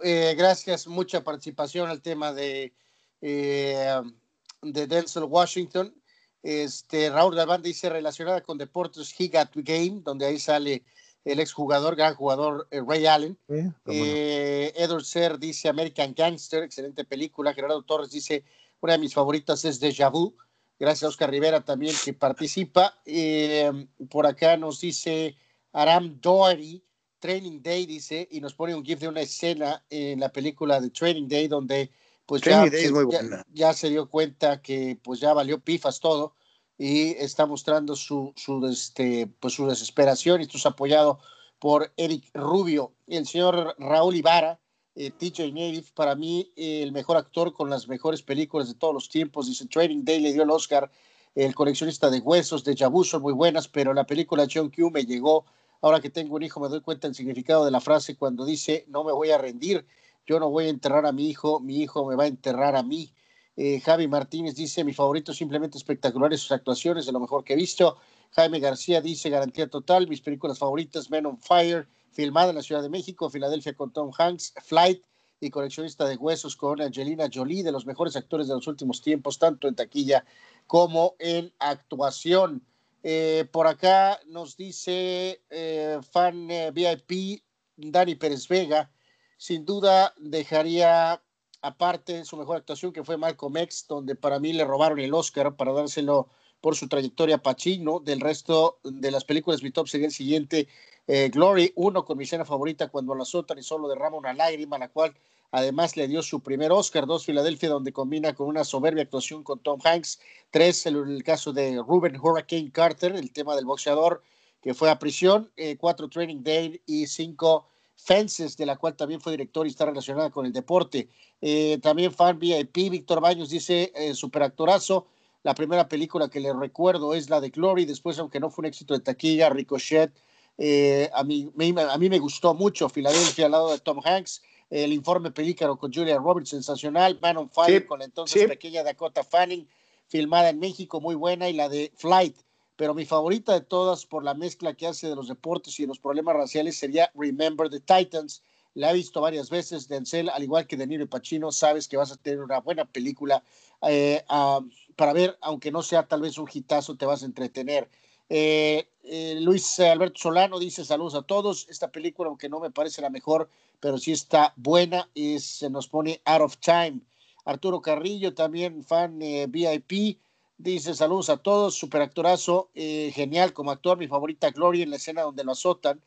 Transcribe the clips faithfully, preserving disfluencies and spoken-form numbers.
eh, gracias, mucha participación al tema de, eh, de Denzel Washington. Este, Raúl Galván dice, relacionada con deportes, He Got Game, donde ahí sale el exjugador, gran jugador, eh, Ray Allen. Sí, eh, no. Edward Ser dice American Gangster, excelente película. Gerardo Torres dice, una de mis favoritas es Deja Vu. Gracias a Oscar Rivera también que participa. Eh, por acá nos dice Aram Doherty, Training Day, dice, y nos pone un gif de una escena en la película de Training Day donde pues ya, Day es muy ya, buena. ya se dio cuenta que pues ya valió pifas todo y está mostrando su, su, este, pues, su desesperación, y esto es apoyado por Eric Rubio. El señor Raúl Ibarra, eh, T J Native, para mí eh, el mejor actor con las mejores películas de todos los tiempos. Dice, Training Day le dio el Oscar. El coleccionista de huesos, de Jabu, son muy buenas, pero la película John Q me llegó. Ahora que tengo un hijo me doy cuenta del significado de la frase cuando dice, no me voy a rendir, yo no voy a enterrar a mi hijo, mi hijo me va a enterrar a mí. Eh, Javi Martínez dice, mi favorito simplemente espectaculares sus actuaciones, de lo mejor que he visto. Jaime García dice, garantía total, mis películas favoritas, Men on Fire, filmada en la Ciudad de México, Filadelfia con Tom Hanks, Flight y Coleccionista de Huesos con Angelina Jolie, de los mejores actores de los últimos tiempos, tanto en taquilla como en actuación. Eh, por acá nos dice eh, fan eh, V I P Dani Pérez Vega, sin duda dejaría aparte su mejor actuación, que fue Malcolm X, donde para mí le robaron el Oscar para dárselo por su trayectoria a Pacino. Del resto de las películas, mi top sería el siguiente, eh, Glory, uno, con mi escena favorita cuando la azotan y solo derrama una lágrima, la cual además le dio su primer Oscar. Dos, Filadelfia, donde combina con una soberbia actuación con Tom Hanks. Tres, el, el caso de Ruben Hurricane Carter, el tema del boxeador que fue a prisión. Eh, cuatro, Training Day. Y cinco, Fences, de la cual también fue director y está relacionada con el deporte. Eh, también fan V I P, Víctor Baños dice, eh, superactorazo. La primera película que le recuerdo es la de Glory, después, aunque no fue un éxito de taquilla, Ricochet, eh, a, mí, me, a mí me gustó mucho. Filadelfia al lado de Tom Hanks, El informe Pelícano con Julia Roberts, sensacional. Man on Fire, sí, con la entonces sí. pequeña Dakota Fanning, filmada en México, muy buena. Y la de Flight, pero mi favorita de todas por la mezcla que hace de los deportes y de los problemas raciales sería Remember the Titans. La he visto varias veces. Denzel, al igual que De Niro y Pacino, sabes que vas a tener una buena película eh, uh, para ver, aunque no sea tal vez un hitazo, te vas a entretener. Eh, eh, Luis Alberto Solano dice, saludos a todos. Esta película, aunque no me parece la mejor, pero sí está buena, y se nos pone Out of Time. Arturo Carrillo, también fan eh, V I P, dice, saludos a todos, super actorazo, eh, genial como actor, mi favorita Gloria en la escena donde lo azotan,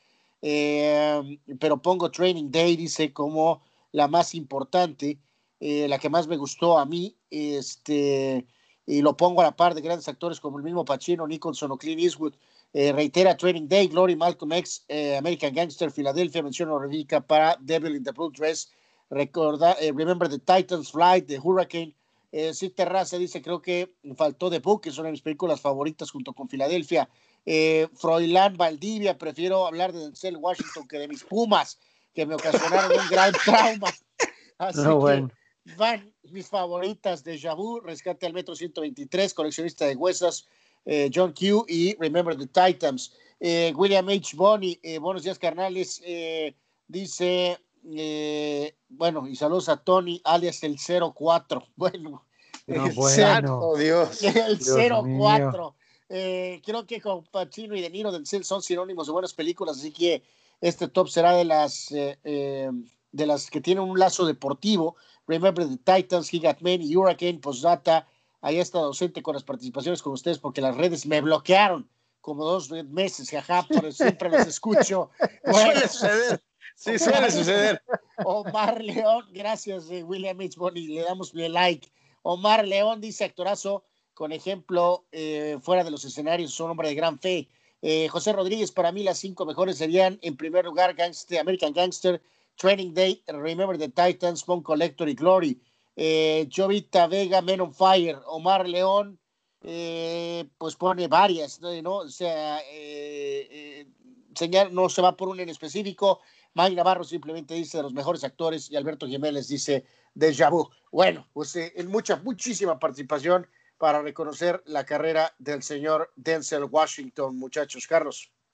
eh, pero pongo Training Day, dice, como la más importante, eh, la que más me gustó a mí, este, y lo pongo a la par de grandes actores como el mismo Pacino, Nicholson o Clint Eastwood. Eh, reitera Training Day, Glory, Malcolm X, eh, American Gangster, Filadelfia, mención honorífica para Devil in the Blue Dress, recorda, eh, Remember the Titans, Flight, The Hurricane. Eh, sí, Terraza dice, creo que faltó The Book, que es una de mis películas favoritas junto con Filadelfia. Eh, Froilán Valdivia, prefiero hablar de Denzel Washington que de mis Pumas, que me ocasionaron un gran trauma. Así no, que bueno. Van mis favoritas, Deja Vu, Rescate al Metro ciento veintitrés, Coleccionista de Huesos, eh, John Q y Remember the Titans. Eh, William H. Bonney, eh, buenos días, carnales, eh, dice... Eh, bueno, y saludos a Tony, alias el cero cuatro. Bueno, no, el bueno. Dios. El cero cuatro. Eh, creo que con Pacino y De Niro Denzel son sinónimos de buenas películas, así que este top será de las eh, eh, de las que tienen un lazo deportivo. Remember the Titans, He Got Men y Hurricane, postdata. Ahí he estado ausente con las participaciones con ustedes porque las redes me bloquearon como dos meses, jaja, pero siempre los escucho. Bueno. Suele suceder. Sí, suele suceder. Omar León, gracias, eh, William H. Bonney, le damos mi like. Omar León dice, actorazo, con ejemplo, eh, fuera de los escenarios, es un hombre de gran fe. Eh, José Rodríguez, para mí las cinco mejores serían, en primer lugar, Gangster, American Gangster, Training Day, Remember the Titans, Bone Collector y Glory. Eh, Jovita Vega, Men on Fire. Omar León, eh, pues pone varias, ¿no? O sea, eh, eh, señal, no se va por un en específico. Mike Navarro simplemente dice de los mejores actores y Alberto Jiménez dice Deja Vu. Bueno, pues eh, en mucha, muchísima participación para reconocer la carrera del señor Denzel Washington, muchachos. Carlos.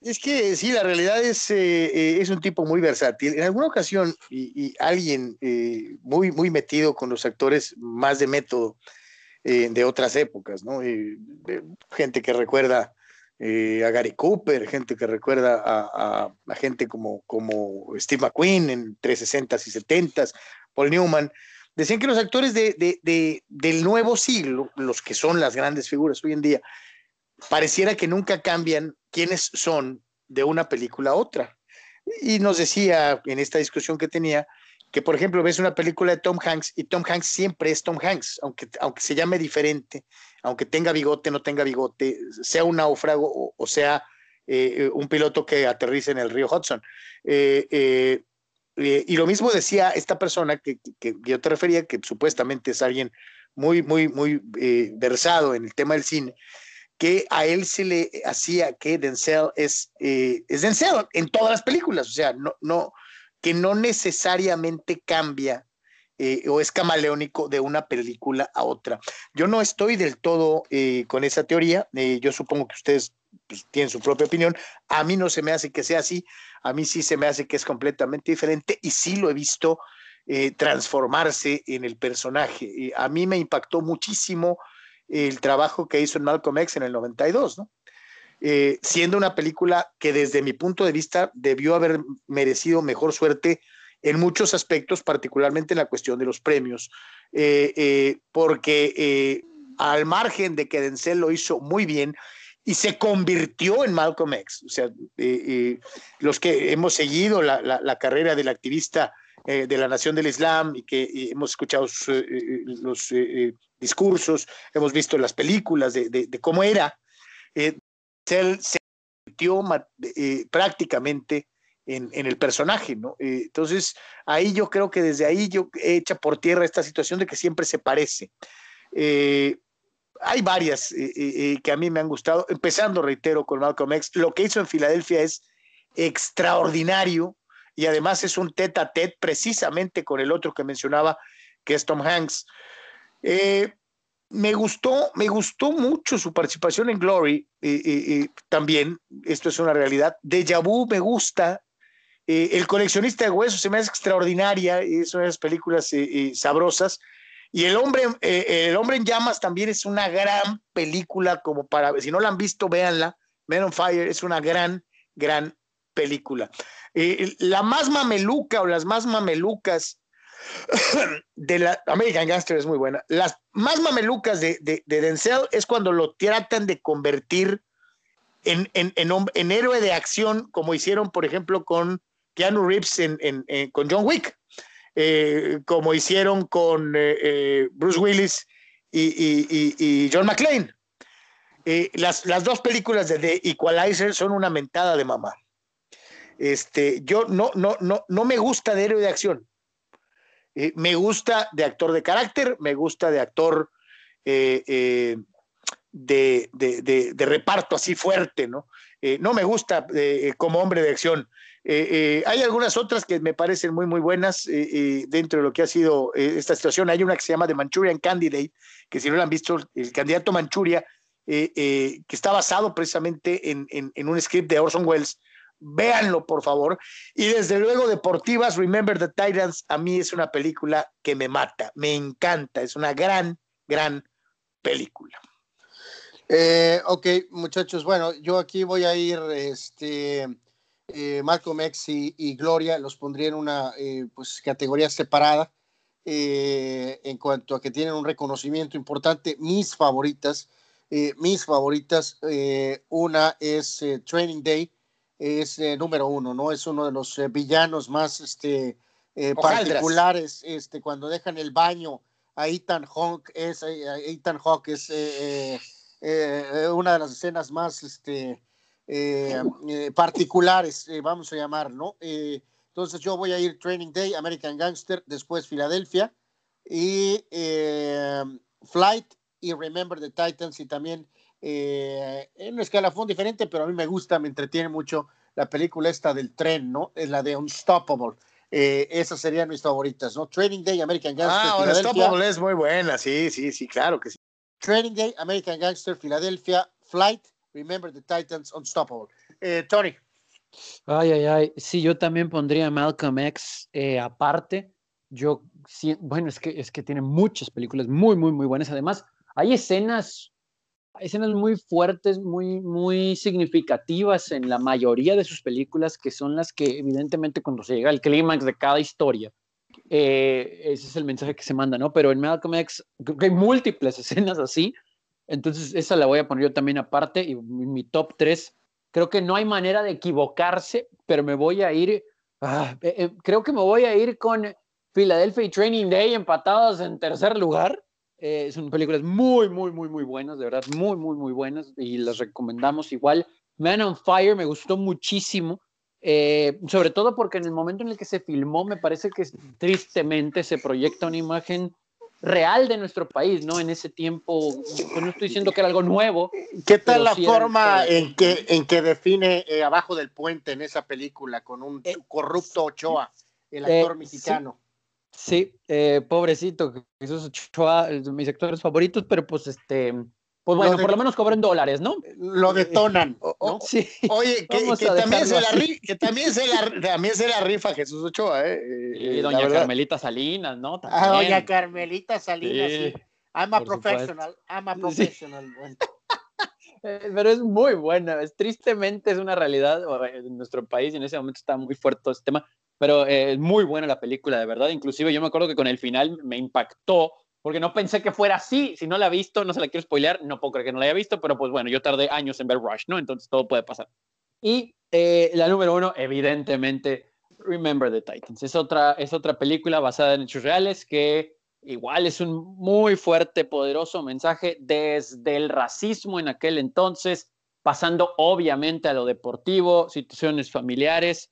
Es que sí, la realidad es, eh, eh, es un tipo muy versátil. En alguna ocasión, y, y alguien eh, muy, muy metido con los actores más de método eh, de otras épocas, ¿no? Eh, eh, gente que recuerda eh, a Gary Cooper, gente que recuerda a, a, a gente como, como Steve McQueen en trescientos sesentas y setentas, Paul Newman. Decían que los actores de, de, de, del nuevo siglo, los que son las grandes figuras hoy en día, pareciera que nunca cambian quiénes son de una película a otra. Y nos decía en esta discusión que tenía que, por ejemplo, ves una película de Tom Hanks y Tom Hanks siempre es Tom Hanks, aunque, aunque se llame diferente, aunque tenga bigote, no tenga bigote, sea un náufrago o, o sea eh, un piloto que aterriza en el río Hudson. Eh, eh, eh, y lo mismo decía esta persona que, que, que yo te refería, que supuestamente es alguien muy, muy, muy eh, versado en el tema del cine, que a él se le hacía que Denzel es, eh, es Denzel en todas las películas, o sea, no, no, que no necesariamente cambia eh, o es camaleónico de una película a otra. Yo no estoy del todo eh, con esa teoría, eh, yo supongo que ustedes pues, tienen su propia opinión, a mí no se me hace que sea así, a mí sí se me hace que es completamente diferente y sí lo he visto eh, transformarse en el personaje. Eh, a mí me impactó muchísimo el trabajo que hizo en Malcolm X en el noventa y dos, ¿no? Eh, siendo una película que desde mi punto de vista debió haber merecido mejor suerte en muchos aspectos, particularmente en la cuestión de los premios, eh, eh, porque eh, al margen de que Denzel lo hizo muy bien y se convirtió en Malcolm X, o sea, eh, eh, los que hemos seguido la, la, la carrera del activista eh, de la Nación del Islam y que y hemos escuchado sus, eh, los eh, discursos, hemos visto las películas de, de, de cómo era, eh, se, se metió eh, prácticamente en, en, el personaje, ¿no? Eh, entonces, ahí yo creo que desde ahí yo he hecho por tierra esta situación de que siempre se parece. Eh, hay varias eh, eh, que a mí me han gustado, empezando, reitero, con Malcolm X. Lo que hizo en Filadelfia es extraordinario y además es un tete a tete precisamente con el otro que mencionaba, que es Tom Hanks. Eh, me gustó, me gustó mucho su participación en Glory, eh, eh, eh, también, esto es una realidad. Deja Vu me gusta, eh, El coleccionista de huesos se me hace extraordinaria, es una de las películas eh, eh, sabrosas, y el hombre, eh, el hombre en llamas también es una gran película, como para, si no la han visto, véanla, Men on Fire es una gran, gran película. Eh, la más mameluca o las más mamelucas de la American Gangster es muy buena. Las más mamelucas de, de, de Denzel es cuando lo tratan de convertir en, en, en, en héroe de acción, como hicieron, por ejemplo, con Keanu Reeves en, en, en, con John Wick, eh, como hicieron con eh, eh, Bruce Willis y, y, y, y John McClane. Eh, las, las dos películas de The Equalizer son una mentada de mamá. Este, yo no, no, no, no me gusta de héroe de acción. Eh, me gusta de actor de carácter, me gusta de actor eh, eh, de, de, de, de reparto así fuerte, ¿no? Eh, no me gusta eh, como hombre de acción. Eh, eh, hay algunas otras que me parecen muy, muy buenas eh, eh, dentro de lo que ha sido eh, esta situación. Hay una que se llama The Manchurian Candidate, que si no la han visto, el candidato Manchuria, eh, eh, que está basado precisamente en, en, en un script de Orson Welles. Véanlo, por favor. Y desde luego, deportivas, Remember the Titans, a mí es una película que me mata, me encanta, es una gran, gran película. Eh, ok, muchachos, bueno, yo aquí voy a ir, este, eh, Malcolm X y, y Gloria, los pondría en una eh, pues, categoría separada eh, en cuanto a que tienen un reconocimiento importante. Mis favoritas, eh, mis favoritas, eh, una es eh, Training Day, es eh, número uno, ¿no? Es uno de los eh, villanos más este, eh, particulares, este, cuando dejan el baño a Ethan Hawke, es, eh, Ethan Hawke es eh, eh, una de las escenas más este, eh, eh, particulares, eh, vamos a llamar, ¿no? Eh, entonces yo voy a ir Training Day, American Gangster, después Filadelfia y eh, Flight y Remember the Titans y también eh, en un escalafón diferente, pero a mí me gusta, me entretiene mucho la película esta del tren, ¿no? Es la de Unstoppable. Eh, esas serían mis favoritas, ¿no? Training Day, American Gangster, ah, Unstoppable es muy buena, sí, sí, sí, claro que sí. Training Day, American Gangster, Filadelfia, Flight, Remember the Titans, Unstoppable. Eh, Tony. Ay, ay, ay. Sí, yo también pondría Malcolm X eh, aparte. Yo, sí, bueno, es que, es que tiene muchas películas muy, muy, muy buenas. Además, hay escenas, hay escenas muy fuertes, muy, muy significativas en la mayoría de sus películas, que son las que, evidentemente, cuando se llega al clímax de cada historia, eh, ese es el mensaje que se manda, ¿no? Pero en Malcolm X creo que hay múltiples escenas así. Entonces, esa la voy a poner yo también aparte. Y mi top tres, creo que no hay manera de equivocarse, pero me voy a ir, ah, eh, eh, creo que me voy a ir con Philadelphia y Training Day empatados en tercer lugar. Eh, son películas muy, muy, muy, muy buenas, de verdad, muy, muy, muy buenas y las recomendamos igual. Man on Fire me gustó muchísimo, eh, sobre todo porque en el momento en el que se filmó me parece que tristemente se proyecta una imagen real de nuestro país, ¿no? En ese tiempo, pues no estoy diciendo que era algo nuevo. ¿Qué tal la sí forma en que, en que define eh, Abajo del Puente en esa película con un eh, corrupto Ochoa, el actor eh, mexicano? Sí, sí eh, pobrecito, Jesús Ochoa, es de mis actores favoritos, pero pues este, pues bueno, lo de, por lo menos cobran dólares, ¿no? Lo detonan, ¿no? ¿no? Sí. Oye, que, que, también se la ri, que también se la también se la rifa Jesús Ochoa, ¿eh? Y doña Carmelita Salinas, ¿no? También. Ah, doña Carmelita Salinas, sí. sí. I'm a professional, supuesto. I'm a professional. Sí. Pero es muy buena, es, tristemente es una realidad en nuestro país y en ese momento está muy fuerte todo este tema, pero eh, es muy buena la película, de verdad. Inclusive yo me acuerdo que con el final me impactó, porque no pensé que fuera así. Si no la he visto, no se la quiero spoilear, no puedo creer que no la haya visto, pero pues bueno, yo tardé años en ver Rush, ¿no? Entonces todo puede pasar. Y eh, la número uno, evidentemente, Remember the Titans. Es otra, es otra película basada en hechos reales que igual es un muy fuerte, poderoso mensaje desde el racismo en aquel entonces, pasando obviamente a lo deportivo, situaciones familiares,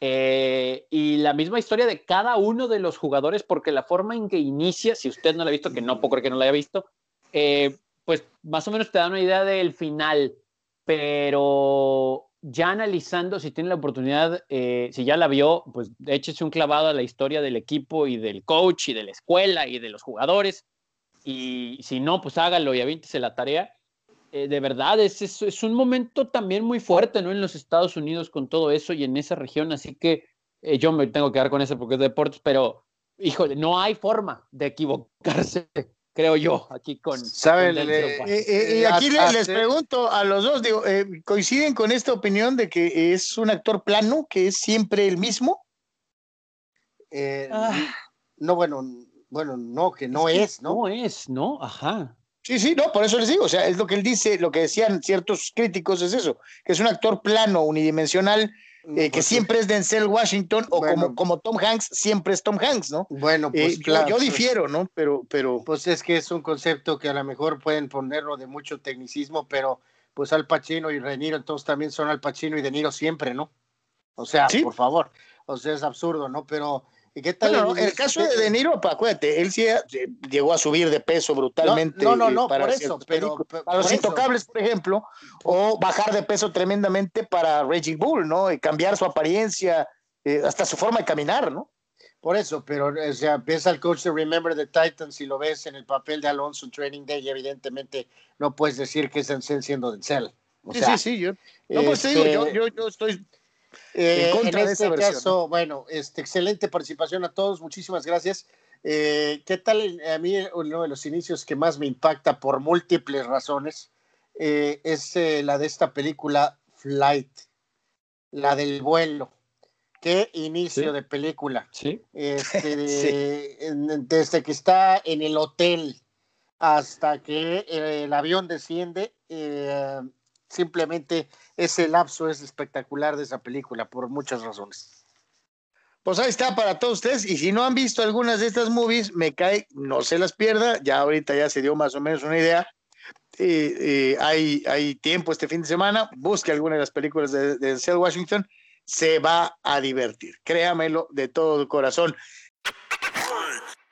eh, y la misma historia de cada uno de los jugadores, porque la forma en que inicia, si usted no la ha visto, que no puedo creer que no la haya visto, eh, pues más o menos te da una idea del final, pero ya analizando, si tiene la oportunidad, eh, si ya la vio, pues échese un clavado a la historia del equipo y del coach y de la escuela y de los jugadores, y si no, pues hágalo y avíntese la tarea. Eh, de verdad, es, es, es un momento también muy fuerte, ¿no? En los Estados Unidos con todo eso y en esa región, así que eh, yo me tengo que quedar con eso porque es deportes, pero híjole, no hay forma de equivocarse, creo yo, aquí con... ¿Saben? Con eh, eh, y aquí les, les pregunto a los dos, digo, eh, ¿coinciden con esta opinión de que es un actor plano, que es siempre el mismo? Eh, ah. No, bueno, bueno, no, que no es, que es, ¿no? No es, ¿no? Ajá. Sí, sí, no, por eso les digo, o sea, es lo que él dice, lo que decían ciertos críticos es eso, que es un actor plano, unidimensional, eh, que siempre es Denzel Washington, o bueno, como, como Tom Hanks, siempre es Tom Hanks, ¿no? Bueno, pues eh, claro. Yo, yo difiero, ¿no? Pero, pero... Pues es que es un concepto que a lo mejor pueden ponerlo de mucho tecnicismo, pero pues Al Pacino y De Niro, entonces también son Al Pacino y De Niro siempre, ¿no? O sea, ¿sí? Por favor, o sea, es absurdo, ¿no? Pero... ¿Y qué tal? Bueno, el, el caso de De Niro, acuérdate, él sí llegó a subir de peso brutalmente. No, no, no, no para por eso, pero, pero para los eso. Intocables, por ejemplo, o bajar de peso tremendamente para Raging Bull, ¿no? Y cambiar su apariencia, eh, hasta su forma de caminar, ¿no? Por eso, pero o sea, ves al coach de Remember the Titans y lo ves en el papel de Alonso en Training Day y evidentemente no puedes decir que es Denzel siendo Denzel. O sí, sea, sí, sí, yo, no, pues este, te digo, yo, yo, yo estoy... Eh, en, en este versión, caso, ¿no? Bueno, este, excelente participación a todos, muchísimas gracias. Eh, ¿Qué tal? A mí uno de los inicios que más me impacta por múltiples razones eh, es eh, la de esta película Flight, la del vuelo. Qué inicio sí. de película. Sí. Este, de, sí. en, desde que está en el hotel hasta que eh, el avión desciende, eh, simplemente ese lapso es espectacular de esa película por muchas razones. Pues ahí está para todos ustedes, y si no han visto algunas de estas movies, me cae, no se las pierda, ya ahorita ya se dio más o menos una idea. Eh, eh, hay, hay tiempo este fin de semana, busque alguna de las películas de, de Denzel Washington, se va a divertir, créamelo de todo corazón.